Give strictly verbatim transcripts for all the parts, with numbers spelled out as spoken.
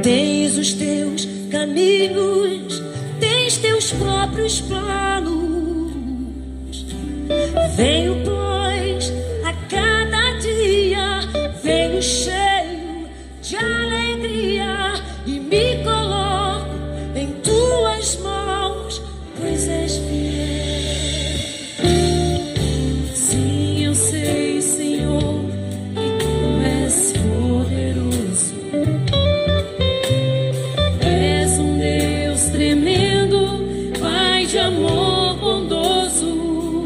Tens os teus caminhos, tens teus próprios planos. Venho, pois, a cada dia, venho cheio de alegria e me coloco em tuas mãos, pois és fiel. Sim, eu sei, Senhor, que tu és poderoso. És um Deus tremendo, Pai de amor bondoso.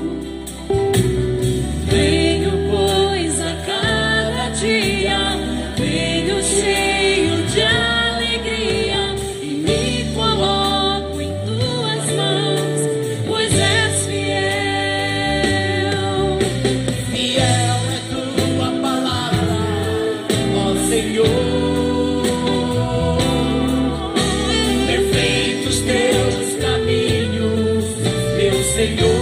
Venho, pois, a cada dia, venho cheio de alegria e me coloco em tuas mãos, pois és fiel. Fiel é tua palavra, ó Senhor. Perfeitos teus caminhos, meu Senhor.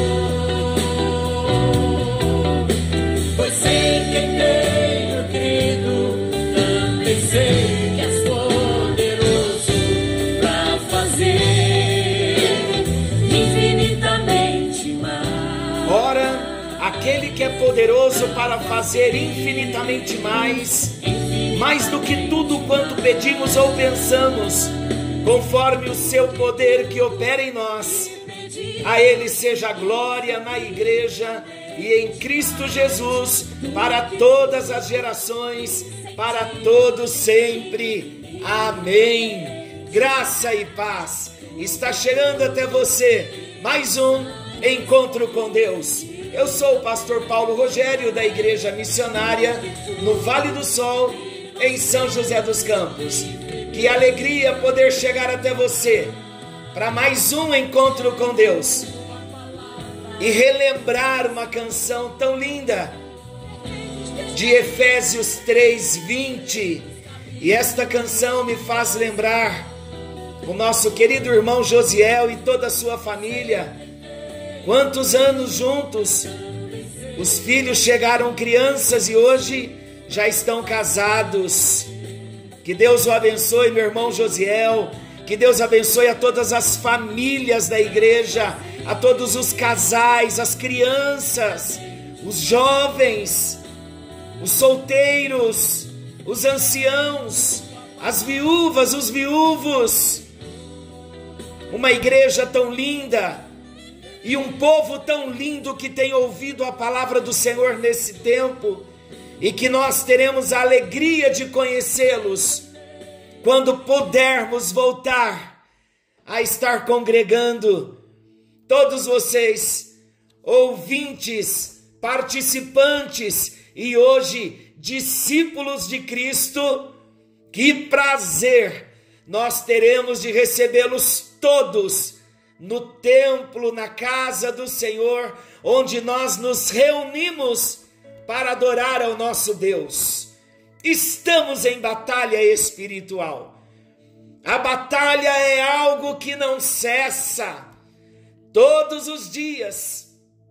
Pois sei que tenho crido, também sei que és poderoso pra fazer infinitamente mais. Ora, aquele que é poderoso para fazer infinitamente mais, mais do que tudo quanto pedimos ou pensamos, conforme o seu poder que opera em nós. A Ele seja a glória na igreja e em Cristo Jesus, para todas as gerações, para todos sempre. Amém. Graça e paz. Está chegando até você mais um Encontro com Deus. Eu sou o pastor Paulo Rogério, da Igreja Missionária no Vale do Sol, em São José dos Campos. Que alegria poder chegar até você para mais um Encontro com Deus e relembrar uma canção tão linda de Efésios três, vinte. E esta canção me faz lembrar o nosso querido irmão Josiel e toda a sua família. Quantos anos juntos, os filhos chegaram crianças e hoje já estão casados. Que Deus o abençoe, meu irmão Josiel. Que Deus abençoe a todas as famílias da igreja, a todos os casais, as crianças, os jovens, os solteiros, os anciãos, as viúvas, os viúvos. Uma igreja tão linda e um povo tão lindo que tem ouvido a palavra do Senhor nesse tempo e que nós teremos a alegria de conhecê-los quando pudermos voltar a estar congregando. Todos vocês, ouvintes, participantes e hoje discípulos de Cristo, que prazer nós teremos de recebê-los todos no templo, na casa do Senhor, onde nós nos reunimos para adorar ao nosso Deus. Estamos em batalha espiritual. A batalha é algo que não cessa. Todos os dias.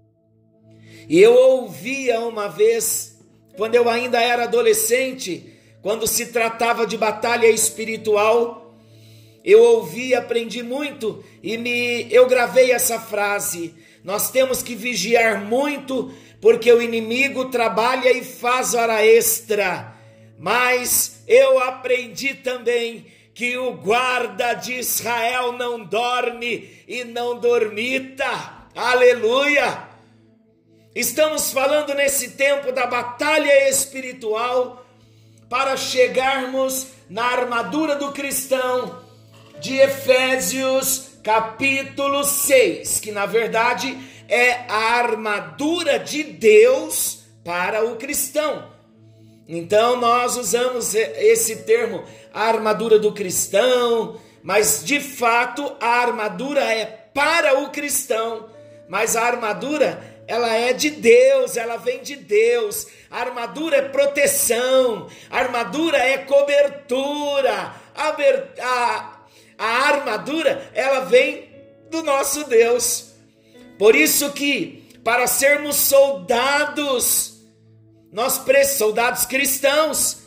E eu ouvia uma vez, quando eu ainda era adolescente, quando se tratava de batalha espiritual, eu ouvi, aprendi muito e me, eu gravei essa frase: nós temos que vigiar muito, porque o inimigo trabalha e faz hora extra. Mas eu aprendi também que o guarda de Israel não dorme e não dormita. Aleluia! Estamos falando nesse tempo da batalha espiritual para chegarmos na armadura do cristão de Efésios capítulo seis, que na verdade é a armadura de Deus para o cristão. Então nós usamos esse termo, a armadura do cristão, mas de fato a armadura é para o cristão, mas a armadura ela é de Deus, ela vem de Deus. A armadura é proteção, a armadura é cobertura, a, a, a armadura ela vem do nosso Deus. Por isso que para sermos soldados, nós soldados cristãos,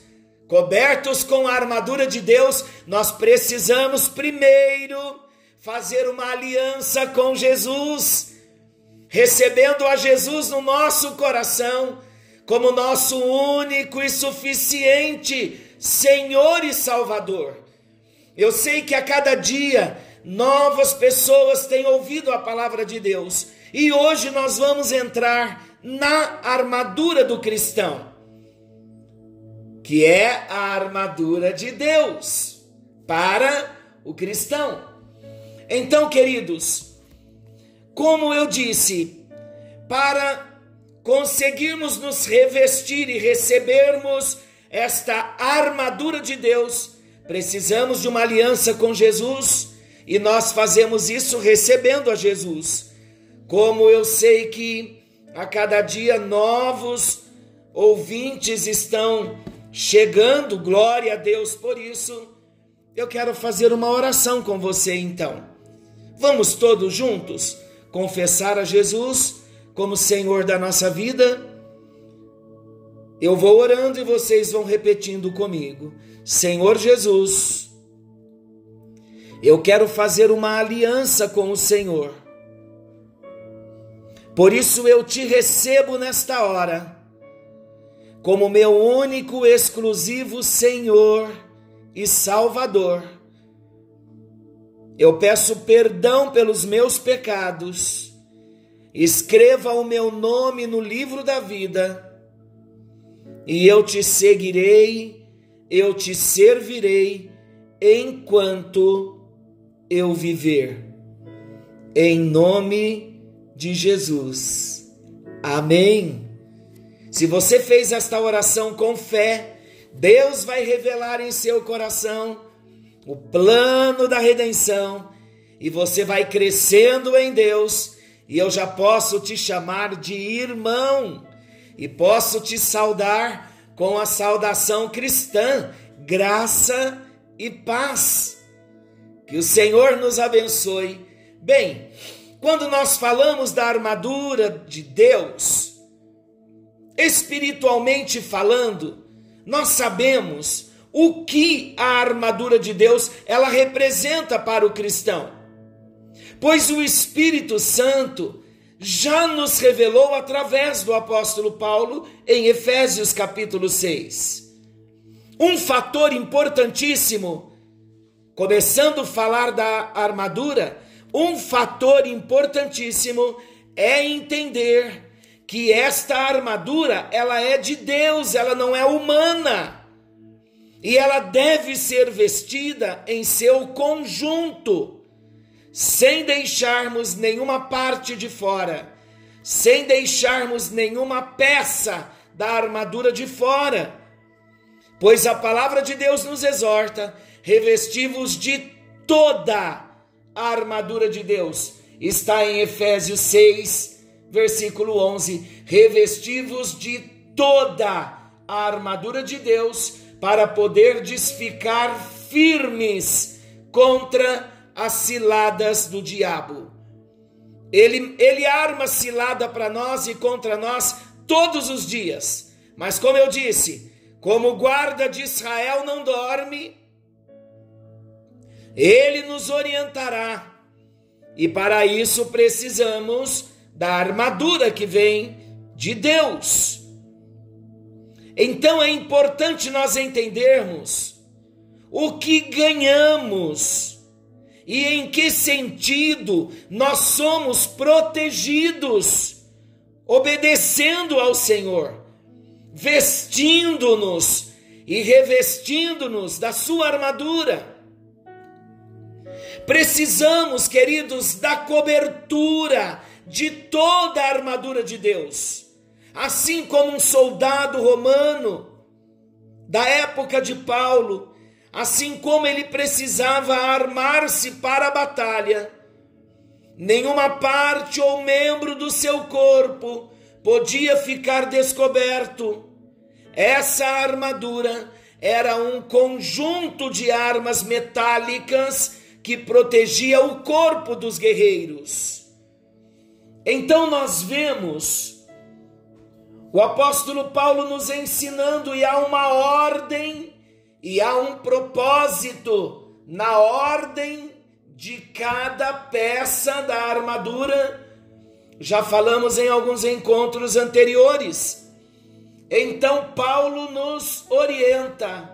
cobertos com a armadura de Deus, nós precisamos primeiro fazer uma aliança com Jesus, recebendo a Jesus no nosso coração, como nosso único e suficiente Senhor e Salvador. Eu sei que a cada dia novas pessoas têm ouvido a palavra de Deus, e hoje nós vamos entrar na armadura do cristão, que é a armadura de Deus para o cristão. Então, queridos, como eu disse, para conseguirmos nos revestir e recebermos esta armadura de Deus, precisamos de uma aliança com Jesus, e nós fazemos isso recebendo a Jesus. Como eu sei que a cada dia novos ouvintes estão chegando, glória a Deus por isso, eu quero fazer uma oração com você então. Vamos todos juntos confessar a Jesus como Senhor da nossa vida? Eu vou orando e vocês vão repetindo comigo. Senhor Jesus, eu quero fazer uma aliança com o Senhor. Por isso eu te recebo nesta hora, como meu único, exclusivo Senhor e Salvador. Eu peço perdão pelos meus pecados. Escreva o meu nome no livro da vida, e eu te seguirei, eu te servirei enquanto eu viver. Em nome de Jesus. Amém. Se você fez esta oração com fé, Deus vai revelar em seu coração o plano da redenção, e você vai crescendo em Deus, e eu já posso te chamar de irmão, e posso te saudar com a saudação cristã, graça e paz. Que o Senhor nos abençoe. Bem, quando nós falamos da armadura de Deus, espiritualmente falando, nós sabemos o que a armadura de Deus ela representa para o cristão. Pois o Espírito Santo já nos revelou através do apóstolo Paulo em Efésios capítulo seis. Um fator importantíssimo, começando a falar da armadura, um fator importantíssimo é entender que esta armadura, ela é de Deus, ela não é humana. E ela deve ser vestida em seu conjunto, sem deixarmos nenhuma parte de fora, sem deixarmos nenhuma peça da armadura de fora. Pois a palavra de Deus nos exorta, revesti-vos de toda a armadura de Deus. Está em Efésios seis, versículo onze. Revesti-vos de toda a armadura de Deus, para poderdes ficar firmes contra as ciladas do diabo. Ele, ele arma cilada para nós e contra nós todos os dias. Mas como eu disse, como o guarda de Israel não dorme, ele nos orientará. E para isso precisamos da armadura que vem de Deus. Então é importante nós entendermos o que ganhamos e em que sentido nós somos protegidos, obedecendo ao Senhor, vestindo-nos e revestindo-nos da sua armadura. Precisamos, queridos, da cobertura de toda a armadura de Deus. Assim como um soldado romano da época de Paulo, assim como ele precisava armar-se para a batalha, nenhuma parte ou membro do seu corpo podia ficar descoberto. Essa armadura era um conjunto de armas metálicas que protegia o corpo dos guerreiros. Então nós vemos o apóstolo Paulo nos ensinando, e há uma ordem e há um propósito na ordem de cada peça da armadura. Já falamos em alguns encontros anteriores. Então Paulo nos orienta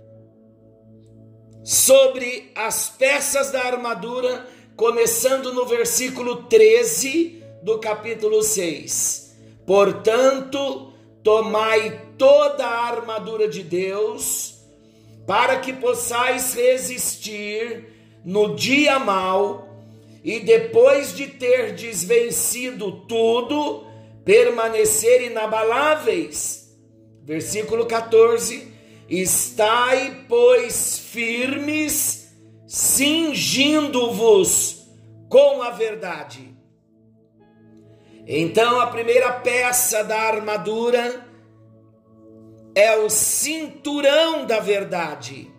sobre as peças da armadura, começando no versículo treze do capítulo seis. Portanto, tomai toda a armadura de Deus, para que possais resistir no dia mau, e depois de terdes vencido tudo, permanecer inabaláveis. Versículo quatorze. Estai, pois, firmes, cingindo-vos com a verdade. Então, a primeira peça da armadura é o cinturão da verdade.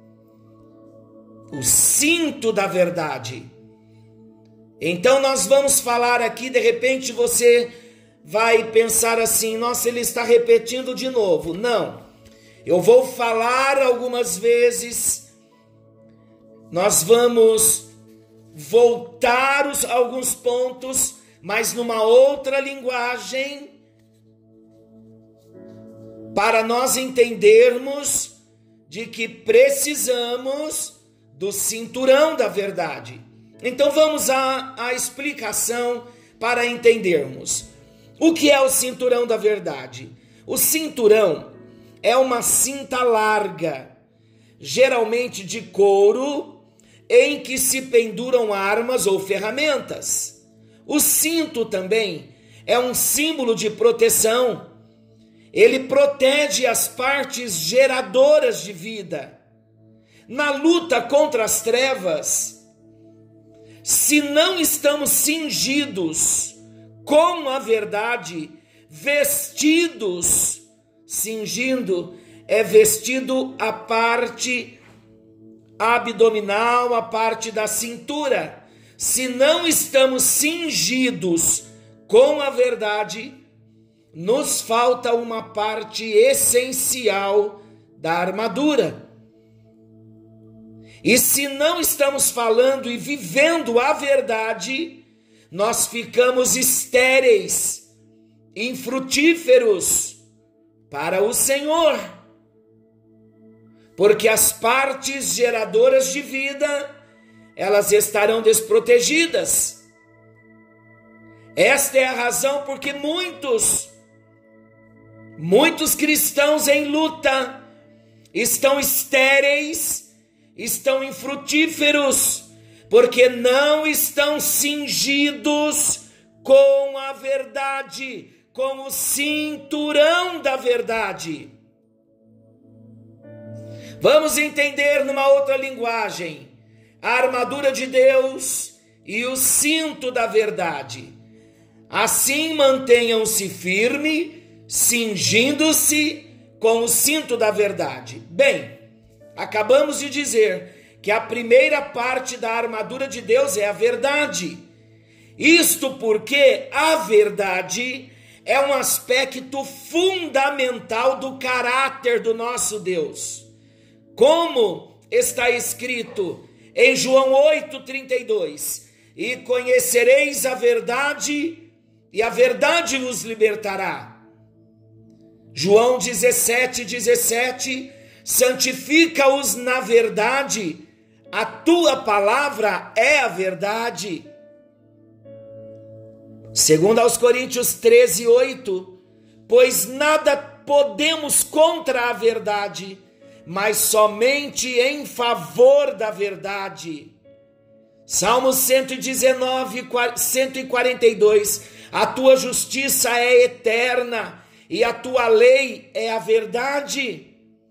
O cinto da verdade. Então, nós vamos falar aqui, de repente você vai pensar assim, nossa, ele está repetindo de novo. Não. Eu vou falar algumas vezes, nós vamos voltar os, alguns pontos, mas numa outra linguagem, para nós entendermos de que precisamos do cinturão da verdade. Então vamos à, à explicação para entendermos. O que é o cinturão da verdade? O cinturão é uma cinta larga, geralmente de couro, em que se penduram armas ou ferramentas. O cinto também é um símbolo de proteção. Ele protege as partes geradoras de vida. Na luta contra as trevas, se não estamos cingidos com a verdade, vestidos, cingindo é vestido a parte abdominal, a parte da cintura. Se não estamos cingidos com a verdade, nos falta uma parte essencial da armadura. E se não estamos falando e vivendo a verdade, nós ficamos estéreis, infrutíferos para o Senhor, porque as partes geradoras de vida, elas estarão desprotegidas. Esta é a razão porque muitos, muitos cristãos em luta estão estéreis, estão infrutíferos, porque não estão cingidos com a verdade, com o cinturão da verdade. Vamos entender numa outra linguagem a armadura de Deus e o cinto da verdade. Assim mantenham-se firme, cingindo-se com o cinto da verdade. Bem, acabamos de dizer que a primeira parte da armadura de Deus é a verdade. Isto porque a verdade é um aspecto fundamental do caráter do nosso Deus. Como está escrito em João oito, trinta e dois, e conhecereis a verdade, e a verdade vos libertará. João dezessete, dezessete, santifica-os na verdade, a tua palavra é a verdade. Segundo aos Coríntios treze, oito, pois nada podemos contra a verdade, mas somente em favor da verdade. Salmo cento e dezenove, cento e quarenta e dois, a tua justiça é eterna e a tua lei é a verdade.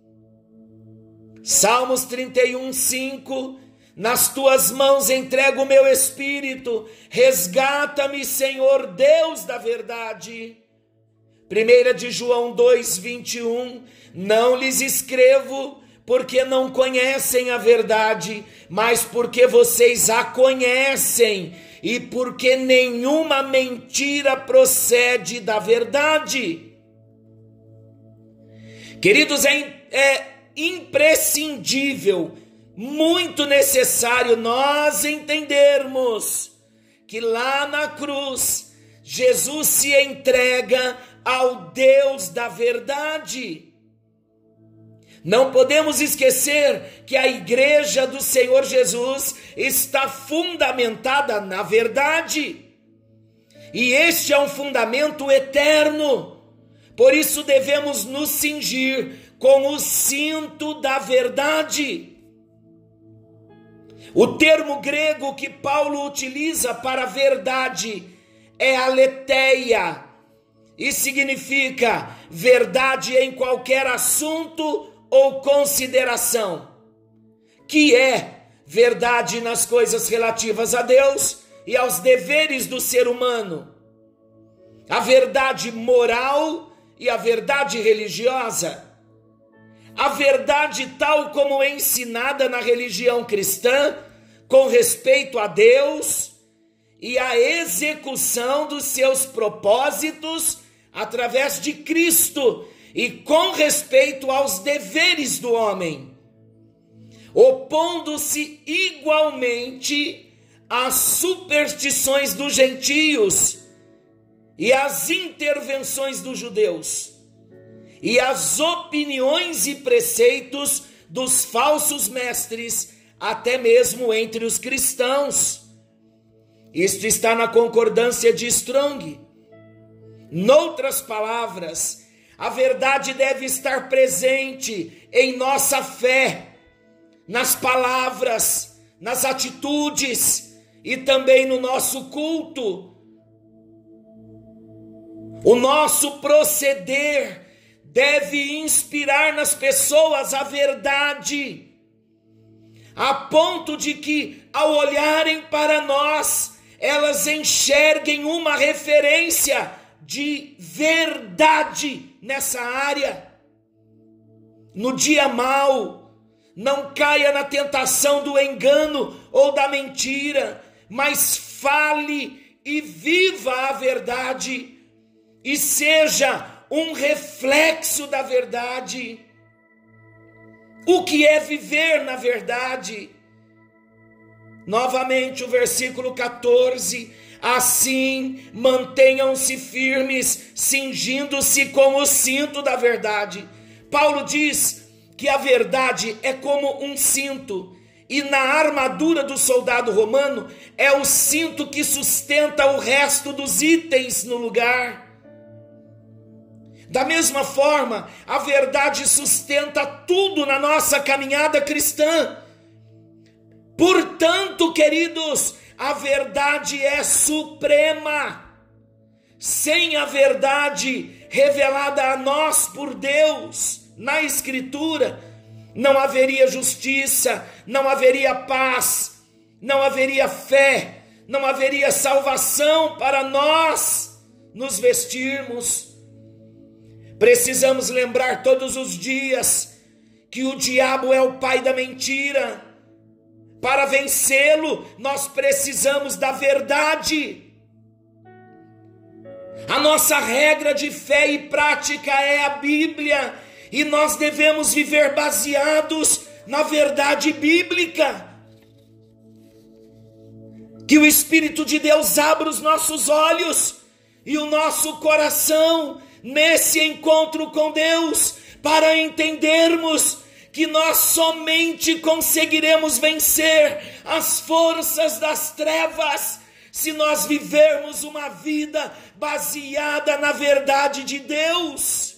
Salmos trinta e um, cinco, nas tuas mãos entrego o meu espírito, resgata-me, Senhor Deus da verdade. Primeira de João dois, vinte e um, não lhes escrevo porque não conhecem a verdade, mas porque vocês a conhecem e porque nenhuma mentira procede da verdade. Queridos, é, é imprescindível, muito necessário nós entendermos que lá na cruz, Jesus se entrega ao Deus da verdade. Não podemos esquecer que a igreja do Senhor Jesus está fundamentada na verdade. E este é um fundamento eterno. Por isso devemos nos cingir com o cinto da verdade. O termo grego que Paulo utiliza para verdade é aletheia, e significa verdade em qualquer assunto ou consideração, que é verdade nas coisas relativas a Deus e aos deveres do ser humano, a verdade moral e a verdade religiosa, a verdade tal como ensinada na religião cristã, com respeito a Deus e a execução dos seus propósitos através de Cristo e com respeito aos deveres do homem, opondo-se igualmente às superstições dos gentios e às intervenções dos judeus e às opiniões e preceitos dos falsos mestres, até mesmo entre os cristãos. Isto está na concordância de Strong. Noutras palavras, a verdade deve estar presente em nossa fé, nas palavras, nas atitudes e também no nosso culto. O nosso proceder deve inspirar nas pessoas a verdade, a ponto de que, ao olharem para nós, elas enxerguem uma referência de verdade nessa área. No dia mau, não caia na tentação do engano ou da mentira, mas fale e viva a verdade e seja um reflexo da verdade. O que é viver na verdade? Novamente o versículo quatorze, assim mantenham-se firmes, cingindo-se com o cinto da verdade. Paulo diz que a verdade é como um cinto, e na armadura do soldado romano é o cinto que sustenta o resto dos itens no lugar. Da mesma forma, a verdade sustenta tudo na nossa caminhada cristã. Portanto, queridos, a verdade é suprema. Sem a verdade revelada a nós por Deus na Escritura, não haveria justiça, não haveria paz, não haveria fé, não haveria salvação para nós nos vestirmos. Precisamos lembrar todos os dias que o diabo é o pai da mentira. Para vencê-lo, nós precisamos da verdade. A nossa regra de fé e prática é a Bíblia, e nós devemos viver baseados na verdade bíblica. Que o Espírito de Deus abra os nossos olhos e o nosso coração nesse encontro com Deus, para entendermos que nós somente conseguiremos vencer as forças das trevas se nós vivermos uma vida baseada na verdade de Deus.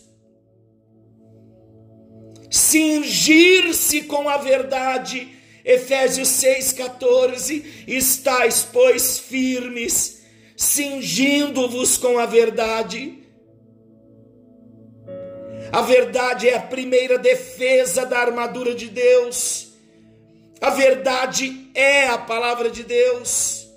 Cingir-se com a verdade, Efésios seis, quatorze, estáis, pois, firmes, cingindo-vos com a verdade. A verdade é a primeira defesa da armadura de Deus. A verdade é a palavra de Deus.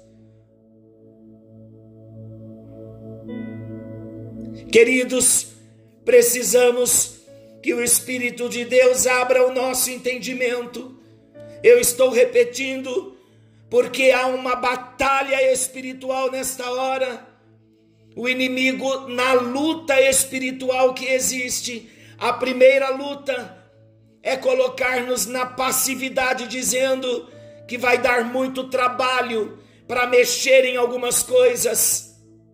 Queridos, precisamos que o Espírito de Deus abra o nosso entendimento. Eu estou repetindo, porque há uma batalha espiritual nesta hora. O inimigo, na luta espiritual que existe, a primeira luta é colocar-nos na passividade, dizendo que vai dar muito trabalho para mexer em algumas coisas.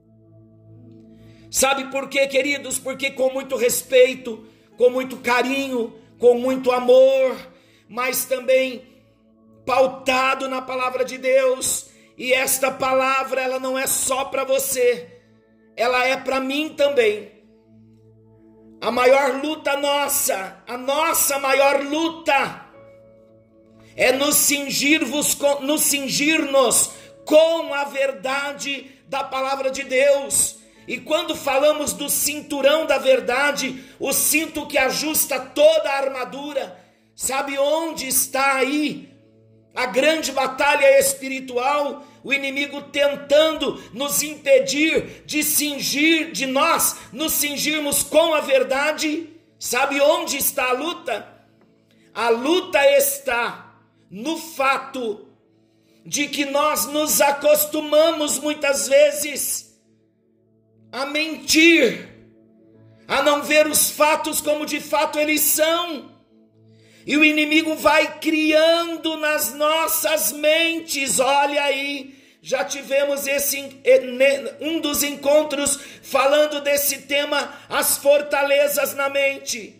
Sabe por quê, queridos? Porque com muito respeito, com muito carinho, com muito amor, mas também pautado na palavra de Deus. E esta palavra, ela não é só para você, ela é para mim também. A maior luta nossa, a nossa maior luta é nos cingir-vos, nos cingir-nos com a verdade da palavra de Deus. E quando falamos do cinturão da verdade, o cinto que ajusta toda a armadura, sabe onde está aí a grande batalha espiritual? O inimigo tentando nos impedir de cingir, de nós nos cingirmos com a verdade. Sabe onde está a luta? A luta está no fato de que nós nos acostumamos muitas vezes a mentir, a não ver os fatos como de fato eles são. E o inimigo vai criando nas nossas mentes. Olha aí, já tivemos esse, um dos encontros falando desse tema, as fortalezas na mente.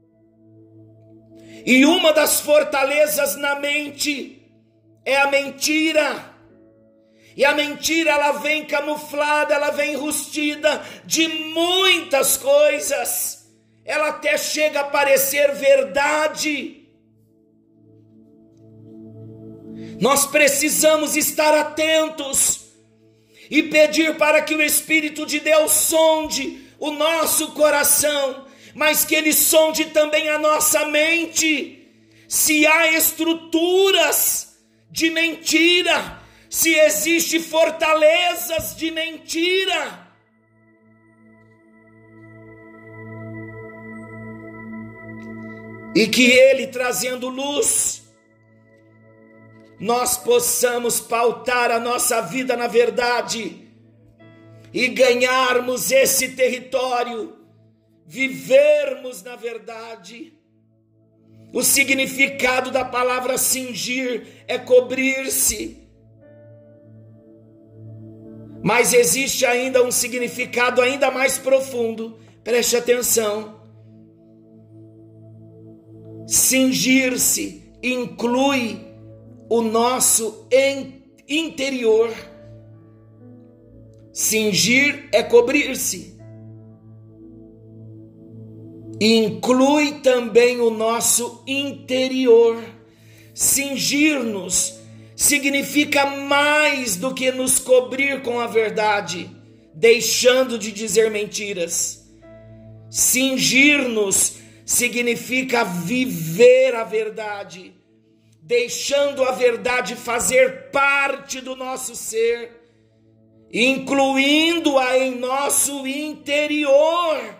E uma das fortalezas na mente é a mentira. E a mentira, ela vem camuflada, ela vem rustida de muitas coisas. Ela até chega a parecer verdade. Nós precisamos estar atentos e pedir para que o Espírito de Deus sonde o nosso coração, mas que Ele sonde também a nossa mente. Se há estruturas de mentira, se existe fortalezas de mentira, e que Ele, trazendo luz, nós possamos pautar a nossa vida na verdade e ganharmos esse território, vivermos na verdade. O significado da palavra cingir é cobrir-se. Mas existe ainda um significado ainda mais profundo. Preste atenção. Cingir-se inclui o nosso interior. Cingir é cobrir-se. Inclui também o nosso interior. Cingir-nos significa mais do que nos cobrir com a verdade, deixando de dizer mentiras. Cingir-nos significa viver a verdade, deixando a verdade fazer parte do nosso ser, incluindo-a em nosso interior.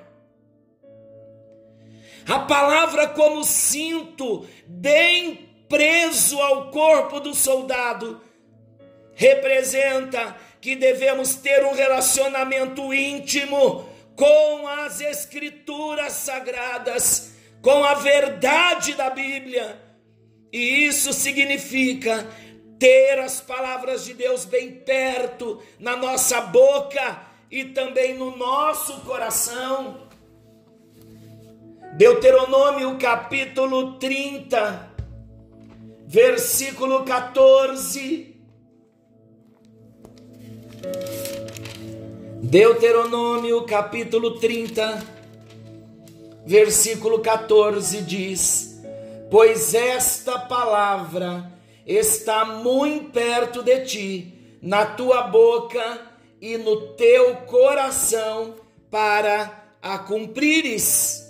A palavra como cinto, bem preso ao corpo do soldado, representa que devemos ter um relacionamento íntimo com as Escrituras Sagradas, com a verdade da Bíblia. E isso significa ter as palavras de Deus bem perto, na nossa boca e também no nosso coração. Deuteronômio capítulo trinta, versículo quatorze. Deuteronômio capítulo trinta, versículo quatorze diz: pois esta palavra está muito perto de ti, na tua boca e no teu coração, para a cumprires.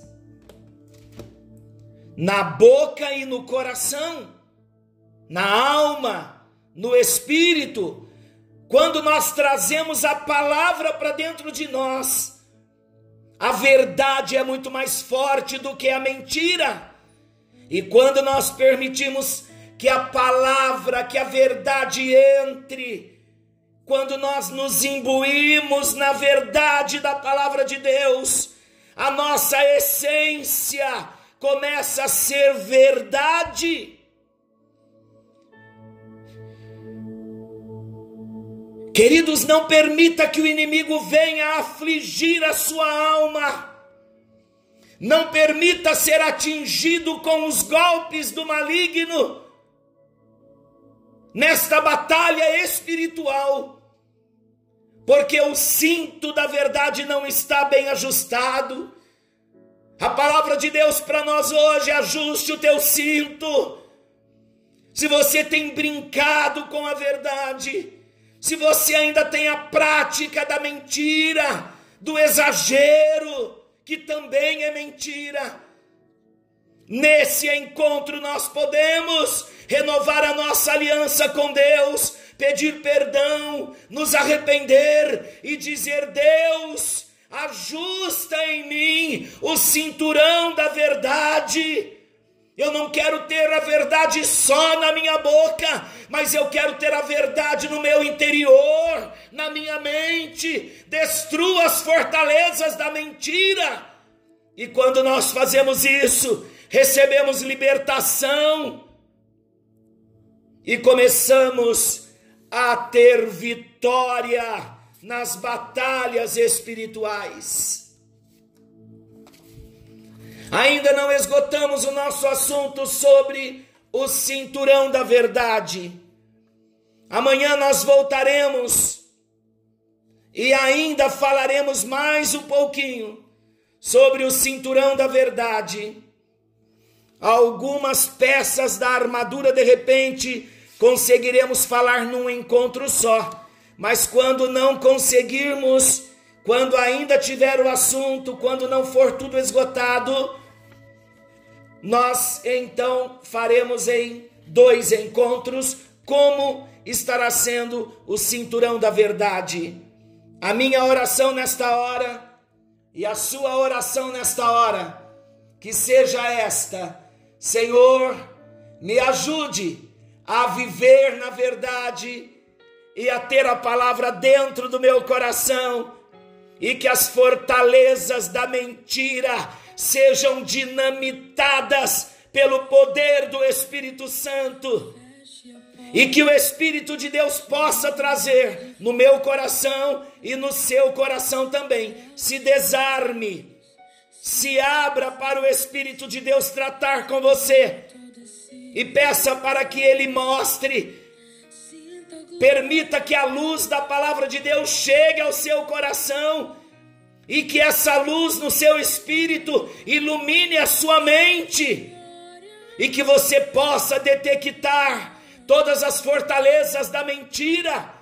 Na boca e no coração, na alma, no espírito. Quando nós trazemos a palavra para dentro de nós, a verdade é muito mais forte do que a mentira. E quando nós permitimos que a palavra, que a verdade entre, quando nós nos imbuímos na verdade da palavra de Deus, a nossa essência começa a ser verdade. Queridos, não permita que o inimigo venha afligir a sua alma. Não permita ser atingido com os golpes do maligno nesta batalha espiritual, porque o cinto da verdade não está bem ajustado. A palavra de Deus para nós hoje: ajuste o teu cinto. Se você tem brincado com a verdade, se você ainda tem a prática da mentira, do exagero, que também é mentira, nesse encontro nós podemos renovar a nossa aliança com Deus, pedir perdão, nos arrepender e dizer: Deus, ajusta em mim o cinturão da verdade. Eu não quero ter a verdade só na minha boca, mas eu quero ter a verdade no meu interior, na minha mente. Destrua as fortalezas da mentira. E quando nós fazemos isso, recebemos libertação e começamos a ter vitória nas batalhas espirituais. Ainda não esgotamos o nosso assunto sobre o cinturão da verdade. Amanhã nós voltaremos e ainda falaremos mais um pouquinho sobre o cinturão da verdade. Algumas peças da armadura, de repente, conseguiremos falar num encontro só. Mas quando não conseguirmos, quando ainda tiver o assunto, quando não for tudo esgotado, nós então faremos em dois encontros como estará sendo o cinturão da verdade. A minha oração nesta hora e a sua oração nesta hora, que seja esta: Senhor, me ajude a viver na verdade e a ter a palavra dentro do meu coração, e que as fortalezas da mentira sejam dinamitadas pelo poder do Espírito Santo, e que o Espírito de Deus possa trazer no meu coração e no seu coração também. Se desarme, se abra para o Espírito de Deus tratar com você, e peça para que Ele mostre, permita que a luz da palavra de Deus chegue ao seu coração, e que essa luz no seu espírito ilumine a sua mente, e que você possa detectar todas as fortalezas da mentira,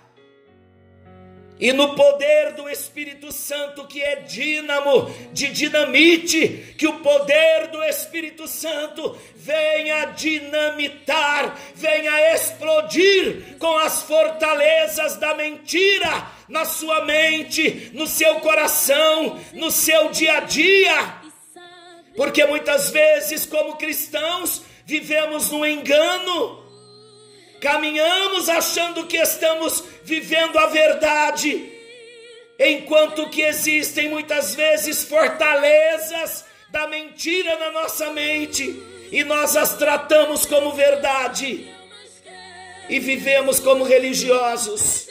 e no poder do Espírito Santo, que é dínamo de dinamite, que o poder do Espírito Santo venha dinamitar, venha explodir com as fortalezas da mentira na sua mente, no seu coração, no seu dia a dia. Porque muitas vezes, como cristãos, vivemos no engano, caminhamos achando que estamos vivendo a verdade, enquanto que existem muitas vezes fortalezas da mentira na nossa mente, e nós as tratamos como verdade, e vivemos como religiosos.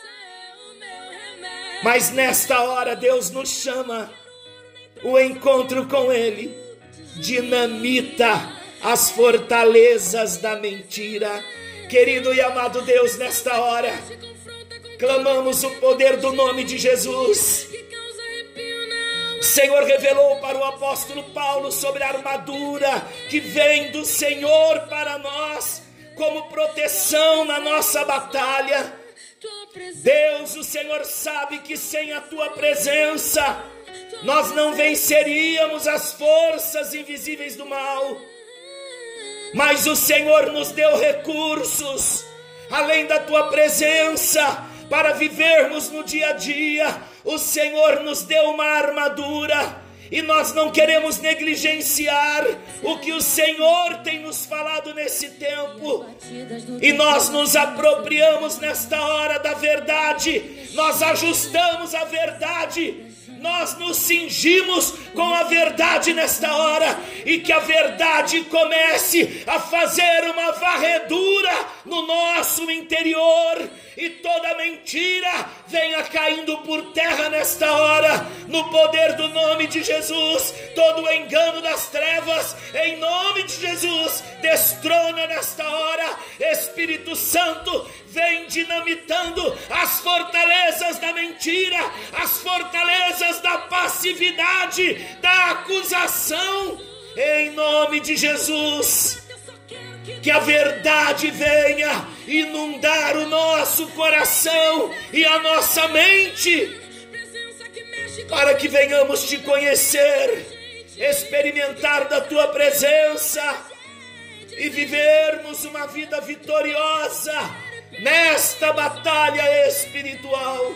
Mas nesta hora Deus nos chama, o encontro com Ele dinamita as fortalezas da mentira. Querido e amado Deus, nesta hora, clamamos o poder do nome de Jesus. O Senhor revelou para o apóstolo Paulo sobre a armadura que vem do Senhor para nós, como proteção na nossa batalha. Deus, o Senhor sabe que sem a Tua presença, nós não venceríamos as forças invisíveis do mal. Mas o Senhor nos deu recursos, além da Tua presença, para vivermos no dia a dia. O Senhor nos deu uma armadura, e nós não queremos negligenciar o que o Senhor tem nos falado nesse tempo. E nós nos apropriamos nesta hora da verdade, nós ajustamos a verdade nós nos cingimos com a verdade nesta hora, e que a verdade comece a fazer uma varredura no nosso interior, e toda mentira venha caindo por terra nesta hora, no poder do nome de Jesus. Todo o engano das trevas, em nome de Jesus, destrona nesta hora. Espírito Santo, vem dinamitando as fortalezas da mentira, as fortalezas da passividade, da acusação, em nome de Jesus. Que a verdade venha inundar o nosso coração e a nossa mente, para que venhamos te conhecer, experimentar da tua presença e vivermos uma vida vitoriosa nesta batalha espiritual.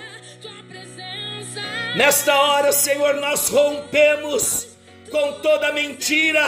Nesta hora, Senhor, nós rompemos com toda mentira,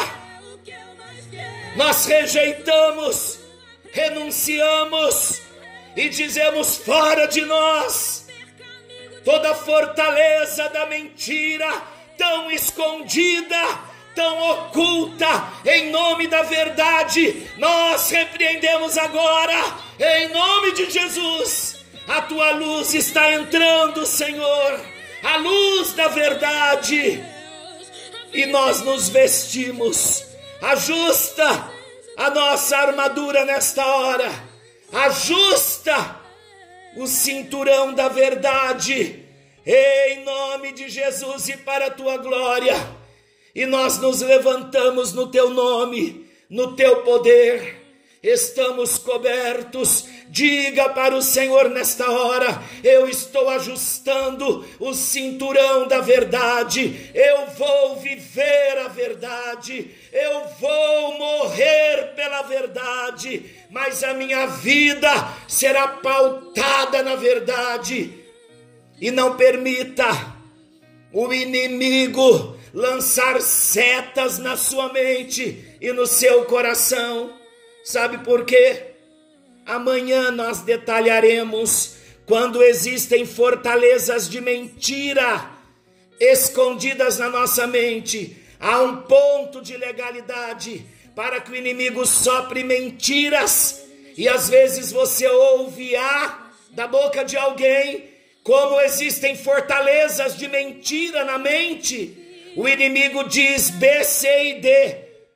nós rejeitamos, renunciamos e dizemos: fora de nós toda fortaleza da mentira, tão escondida, tão oculta. Em nome da verdade, nós repreendemos agora, em nome de Jesus. A tua luz está entrando, Senhor, a luz da verdade, e nós nos vestimos. Ajusta a nossa armadura nesta hora, ajusta o cinturão da verdade, em nome de Jesus e para a tua glória. E nós nos levantamos no teu nome, no teu poder, estamos cobertos. Diga para o Senhor nesta hora: eu estou ajustando o cinturão da verdade, eu vou viver a verdade, eu vou morrer pela verdade, mas a minha vida será pautada na verdade. E não permita o inimigo lançar setas na sua mente e no seu coração. Sabe por quê? Amanhã nós detalharemos quando existem fortalezas de mentira escondidas na nossa mente. Há um ponto de legalidade para que o inimigo sopre mentiras, e às vezes você ouve A da boca de alguém. Como existem fortalezas de mentira na mente, o inimigo diz B, C e D.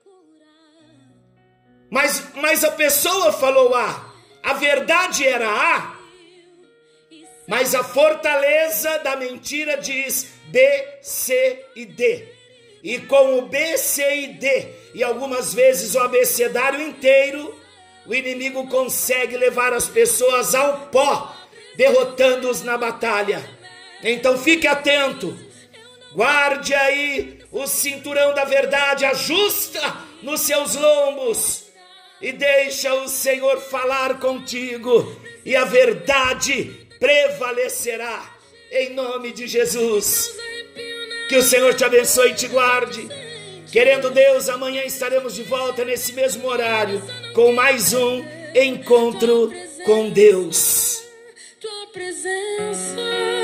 Mas, mas a pessoa falou A, a verdade era A, mas a fortaleza da mentira diz B, C e D. E com o B, C e D, e algumas vezes o abecedário inteiro, o inimigo consegue levar as pessoas ao pó, derrotando-os na batalha. Então fique atento, guarde aí o cinturão da verdade, ajusta nos seus lombos e deixa o Senhor falar contigo, e a verdade prevalecerá, em nome de Jesus. Que o Senhor te abençoe e te guarde. Querendo Deus, amanhã estaremos de volta nesse mesmo horário com mais um encontro com Deus. Tua presença.